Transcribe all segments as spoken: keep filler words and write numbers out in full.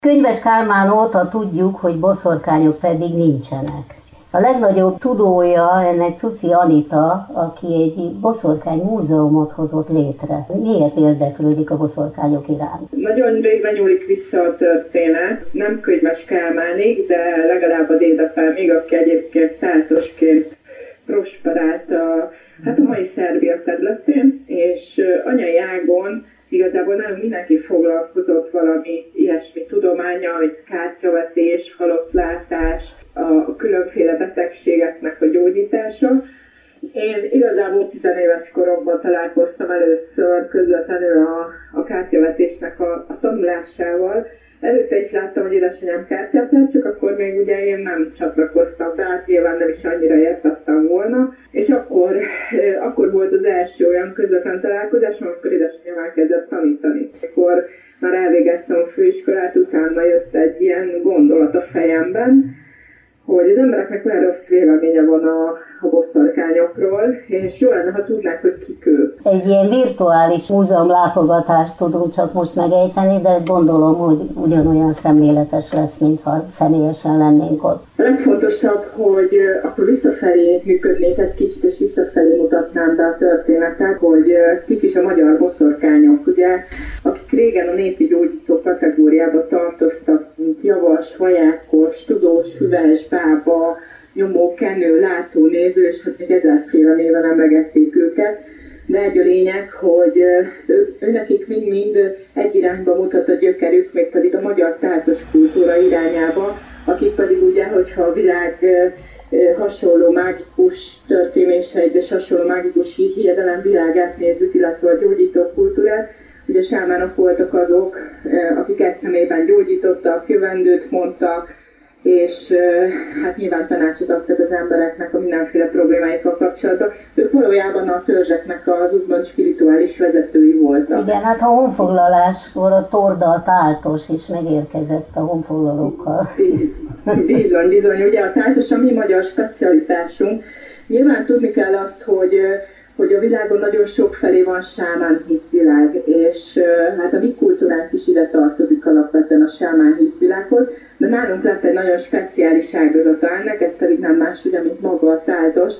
Könyves Kálmán óta tudjuk, hogy boszorkányok pedig nincsenek. A legnagyobb tudója ennek Cuci Anita, aki egy boszorkány múzeumot hozott létre. Miért érdeklődik a boszorkányok iránt? Nagyon régre nyúlik vissza a történet, nem Könyves Kálmánig, de legalább a dédapámig, aki egyébként táltosként prosperált a, hát a mai Szerbia területén, és anyai ágon igazából nem mindenki foglalkozott valami ilyesmi tudománnyal, mint kártyavetés, halottlátás, a különféle betegségeknek a gyógyítása. Én igazából tizenéves koromban találkoztam először közvetlenül a, a kártyavetésnek a, a tanulásával. Előtte is láttam, hogy édesanyám kártyát vett, csak akkor még ugye én nem csatlakoztam be, hát nyilván nem is annyira értettem volna. És akkor, akkor volt az első olyan közvetlen találkozás, amikor édesanyám elkezdett tanítani. Akkor már elvégeztem a főiskolát, utána jött egy ilyen gondolat a fejemben, hogy az embereknek olyan rossz véleménye van a, a boszorkányokról, és jó lenne, ha tudnák, hogy kik ők. Egy ilyen virtuális múzeum látogatást tudunk csak most megejteni, de gondolom, hogy ugyanolyan szemléletes lesz, mintha személyesen lennénk ott. A legfontosabb, hogy akkor visszafelé működnék egy kicsit, és visszafelé mutatnám be a történetet, hogy kik is a magyar boszorkányok, ugye, akik régen a népi gyógyító kategóriába tartoztak, mint javas, vajákos, tudós, füves, bába, nyomó, kenő, látó, néző, és hát még ezerféle néven emlegették őket. De egy a lényeg, hogy ő, őnekik mind-mind egy irányba mutat a gyökerük, mégpedig a magyar táltos kultúra irányába, akik pedig ugye, hogyha a világ hasonló mágikus történéseit és hasonló mágikus hiedelem világát nézzük, illetve a gyógyító kultúrát, ugye sámánok voltak azok, akik egy személyben gyógyítottak, jövendőt mondtak, és hát nyilván tanácsot adtak az embereknek a mindenféle problémáikkal kapcsolatban. Ők valójában a törzseknek az úgymond spirituális vezetői voltak. Igen, hát a honfoglaláskor a torda, a táltos is megérkezett a honfoglalókkal. Biz, bizony, bizony. Ugye a táltos a mi magyar specialitásunk. Nyilván tudni kell azt, hogy hogy a világon nagyon sok felé van sámán hitvilág, és hát a mi kultúránk is ide tartozik alapvetően a sámán hitvilághoz, de nálunk lett egy nagyon speciális ágazata ennek, ez pedig nem más, ugye, mint maga a táltos,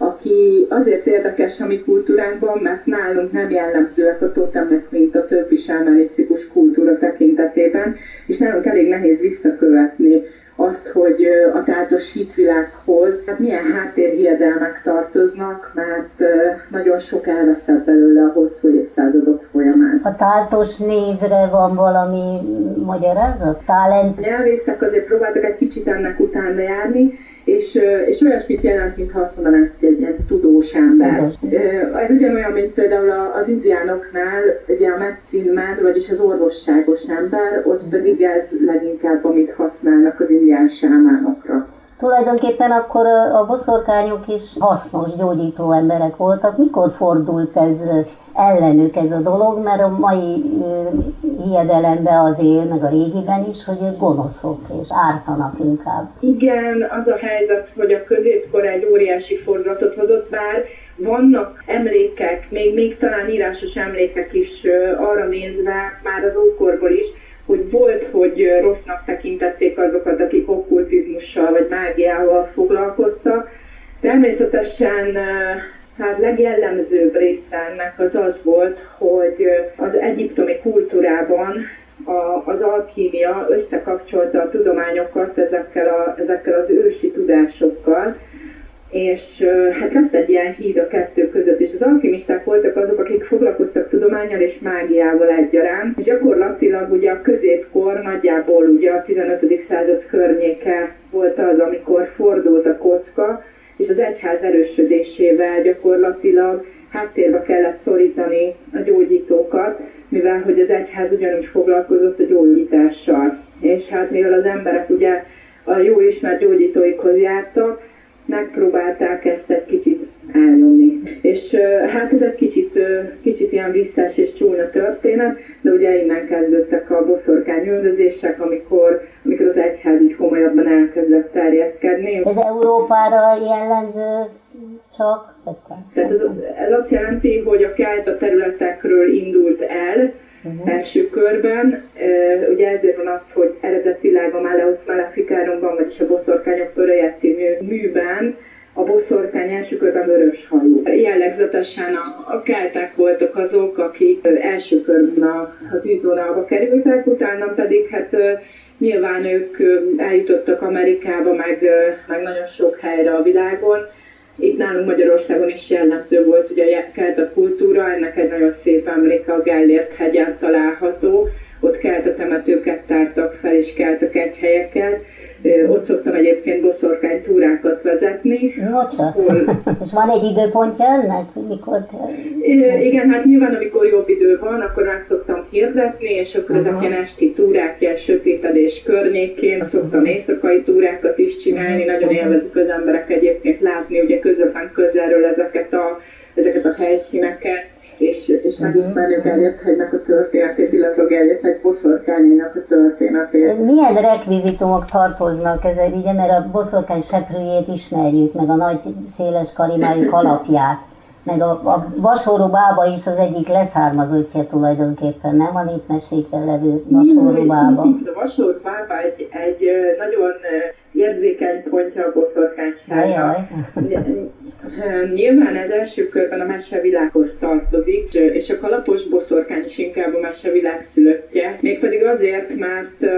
aki azért érdekes a mi kultúránkban, mert nálunk nem jellemzőek a totemek, mint a többi sámánisztikus kultúra tekintetében, és nálunk elég nehéz visszakövetni azt, hogy a táltos hitvilághoz hát milyen háttérhiedelmek tartoznak, mert nagyon sok elveszett belőle a hosszú évszázadok folyamán. A táltos névre van valami magyarázat? Talent? A nyelvészek azért próbáltak egy kicsit ennek utána járni, és, és olyasmit jelent, mintha azt mondanánk, hogy egy ilyen tudós ember. Ez ugyanolyan, mint például az indiánoknál, ugye a medicine man, vagyis az orvosságos ember, ott pedig ez leginkább, amit használnak az indián sámánokra. Tulajdonképpen akkor a boszorkányok is hasznos gyógyító emberek voltak. Mikor fordult ez ellenük ez a dolog, mert a mai hiedelemben azért, meg a régiben is, hogy ők gonoszok és ártanak inkább. Igen, az a helyzet, hogy a középkor egy óriási fordulatot hozott, bár vannak emlékek, még, még talán írásos emlékek is arra nézve, már az ókorból is, hogy volt, hogy rossznak tekintették azokat, akik okkultizmussal vagy mágiával foglalkoztak. Természetesen hát legjellemzőbb része ennek az az volt, hogy az egyiptomi kultúrában a, az alkímia összekapcsolta a tudományokat ezekkel, a, ezekkel az ősi tudásokkal, és hát lett egy ilyen híd a kettő között, és az alkimisták voltak azok, akik foglalkoztak tudománnyal és mágiával egyaránt, és gyakorlatilag ugye a középkor, nagyjából ugye a tizenötödik század környéke volt az, amikor fordult a kocka, és az egyház erősödésével gyakorlatilag háttérbe kellett szorítani a gyógyítókat, mivel hogy az egyház ugyanúgy foglalkozott a gyógyítással. És hát mivel az emberek ugye a jó ismert gyógyítóikhoz jártak, megpróbálták ezt egy kicsit elnyomni. És hát ez egy kicsit, kicsit ilyen visszás és csúnya történet, de ugye innen kezdődtek a boszorkányüldözések, amikor, amikor az egyház úgy komolyabban elkezdett terjeszkedni. Ez Európára jellemző csak? Tehát ez, ez azt jelenti, hogy a kelta területekről indult el, uh-huh. első körben. Ugye ezért van az, hogy eredetileg a Malleus Maleficarumban, vagyis a Boszorkányok Pöröje című műben a boszorkány első körben vörös hajú. Jellegzetesen a, a kelták voltak azok, akik első körben a, a tűzvonalába kerültek, utána pedig hát nyilván ők eljutottak Amerikába, meg, meg nagyon sok helyre a világon. Itt nálunk Magyarországon is jellemző volt ugye a kelta kultúra, ennek egy nagyon szép emléke a Gellért hegyen található. Ott kelta temetőket tártak fel, és kelta kegyhelyeket. Ott szoktam egyébként boszorkány túrákat vezetni. Nocsak. És van egy időpontja ennek, hogy mikor kell? Igen, hát nyilván amikor jobb idő van, akkor meg szoktam hirdetni, és akkor uh-huh. ezek ilyen esti túrák, ilyen sötétedés környékén, uh-huh. szoktam éjszakai túrákat is csinálni, uh-huh. nagyon élvezik az emberek egyébként látni, ugye közvetlen közelről ezeket a, ezeket a helyszíneket, és, és megismerni a Gellért-hegynek a történetét, illetve a Gellért-hegy boszorkányainak a történetét. Milyen rekvizitumok tartoznak ezzel, ugye, mert a boszorkány seprőjét ismerjük, meg a nagy széles karimájú kalapját, meg a, a vasorú bába is az egyik leszármazottja tulajdonképpen, nem a népmesékben levő vasorú bába. A vasorú bába egy, egy nagyon érzékeny pontja a boszorkányságnak. Nyilván ez első körben a mesevilághoz tartozik, és a kalapos boszorkány is inkább a mesevilág szülöttje. Mégpedig azért, mert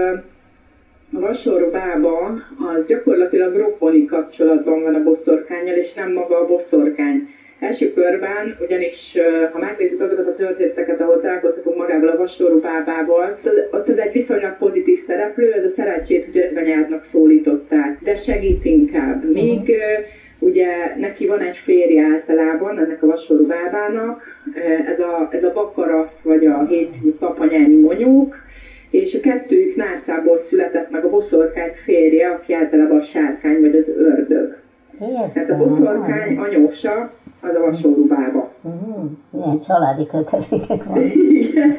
a vasorú bába az gyakorlatilag rokoni kapcsolatban van a boszorkánnyal, és nem maga a boszorkány. Első körben, ugyanis ha megnézzük azokat a történeteket, ahol találkozhatunk magával a vasorú bábával, ott az egy viszonylag pozitív szereplő, ez a szerencsét Hügyanyádnak szólították, de segít inkább. Míg uh-huh. ugye neki van egy férje általában, ennek a vasorú bábának, ez a, ez a bakarasz vagy a hétszínű tapanyányi monyók, és a kettőjük nászából született meg a boszorkány férje, aki általában a sárkány vagy az ördög. Tehát a boszorkány anyósa, az a vasorú bába. Uh-huh. Milyen családi kötelékek van. Igen.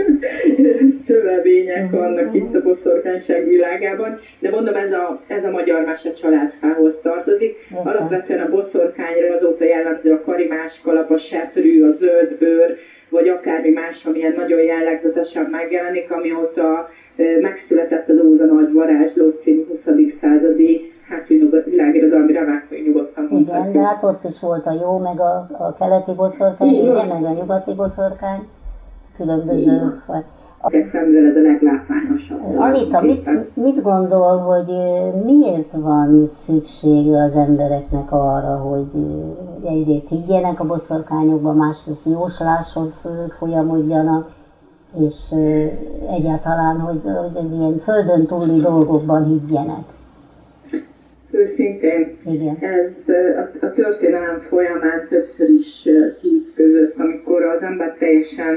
Szövevények vannak uh-huh. itt a boszorkányság világában, de mondom, ez a, ez a magyar mese családfához tartozik. Uh-huh. Alapvetően a boszorkányra azóta jellemző a karimás kalap, a seprű, a zöld bőr, vagy akármi más, amilyen nagyon jellegzetesen megjelenik, amióta megszületett az Óza Nagy Varázsló című huszadik századi hát világirodalmi remek, nyugodtan mondhatjuk. Igen, de hát ott is volt a jó, meg a, a keleti boszorkány, igen, meg a nyugati boszorkány, különböző. Felül ez a leglátványosabb. Anita, mit, mit gondol, hogy miért van szüksége az embereknek arra, hogy egyrészt higgyenek a boszorkányokban, másrészt jósláshoz folyamodjanak, és egyáltalán, hogy, hogy ez ilyen földön túli dolgokban higgyenek? Őszintén, igen. Ez a, a történelem folyamán többször is kiütközött, amikor az ember teljesen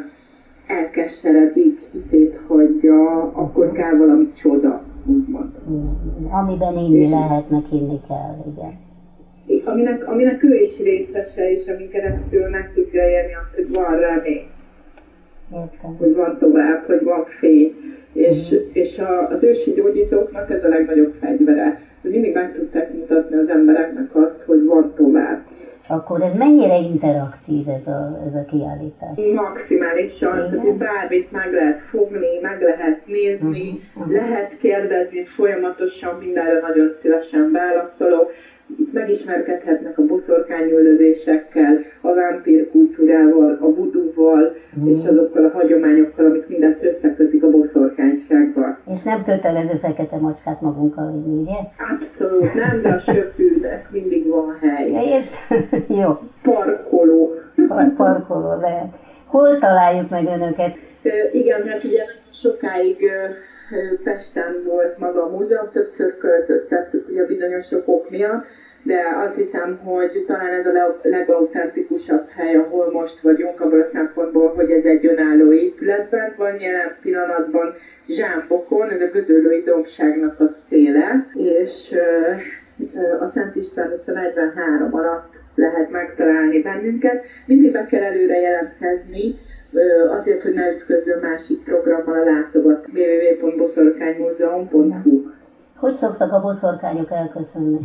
elkeseredik hitét, hogy a, akkor kell valami csoda, úgymond. Amiben inni és lehet, meg hinni kell, igen. Aminek, aminek ő is részese, és amin keresztül meg tudja érni azt, hogy van remény. Értem. Hogy van tovább, hogy van fény. És, mm. és a, az ősi gyógyítóknak ez a legnagyobb fegyvere, hogy mindig meg tudták mutatni az embereknek azt, hogy van tovább. Akkor ez mennyire interaktív ez a, ez a kiállítás? Maximálisan, tehát hogy bármit meg lehet fogni, meg lehet nézni, uh-huh. Uh-huh. lehet kérdezni, folyamatosan mindenre nagyon szívesen válaszolok. Itt megismerkedhetnek a boszorkányüldözésekkel, a vámpír kultúrával, a vudúval, mm. és azokkal a hagyományokkal, amik mindezt összekötik a boszorkánysággal. És nem kötelező fekete macskát magunkkal vinni, ugye? Abszolút nem, de a söpűnek mindig van hely. Értem? Jó. Parkoló. Par- parkoló lehet. Hol találjuk meg önöket? Ö, igen, hát ugye sokáig Pesten volt maga a múzeum, többször költöztettük ugye a bizonyos okok miatt, de azt hiszem, hogy talán ez a legautentikusabb hely, ahol most vagyunk, abból a szempontból, hogy ez egy önálló épületben van jelen pillanatban, Zsámbokon, ez a Gödöllői dombságnak a széle, és a Szent István utca negyvenhárom alatt lehet megtalálni bennünket. Mindig be kell előre jelentkezni, azért, hogy ne ütközzön másik programmal a látogat. double-u double-u double-u pont boszorkánymúzeum pont hu. Hogy szoktak a boszorkányok elköszönni?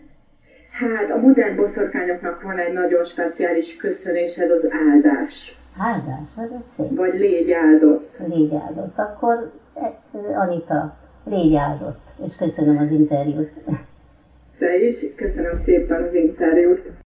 Hát a modern boszorkányoknak van egy nagyon speciális köszönés, ez az áldás. Áldás, ez egy szép. Vagy légy áldott. Légy áldott. Akkor Anita, légy áldott. És köszönöm az interjút. Te is, köszönöm szépen az interjút.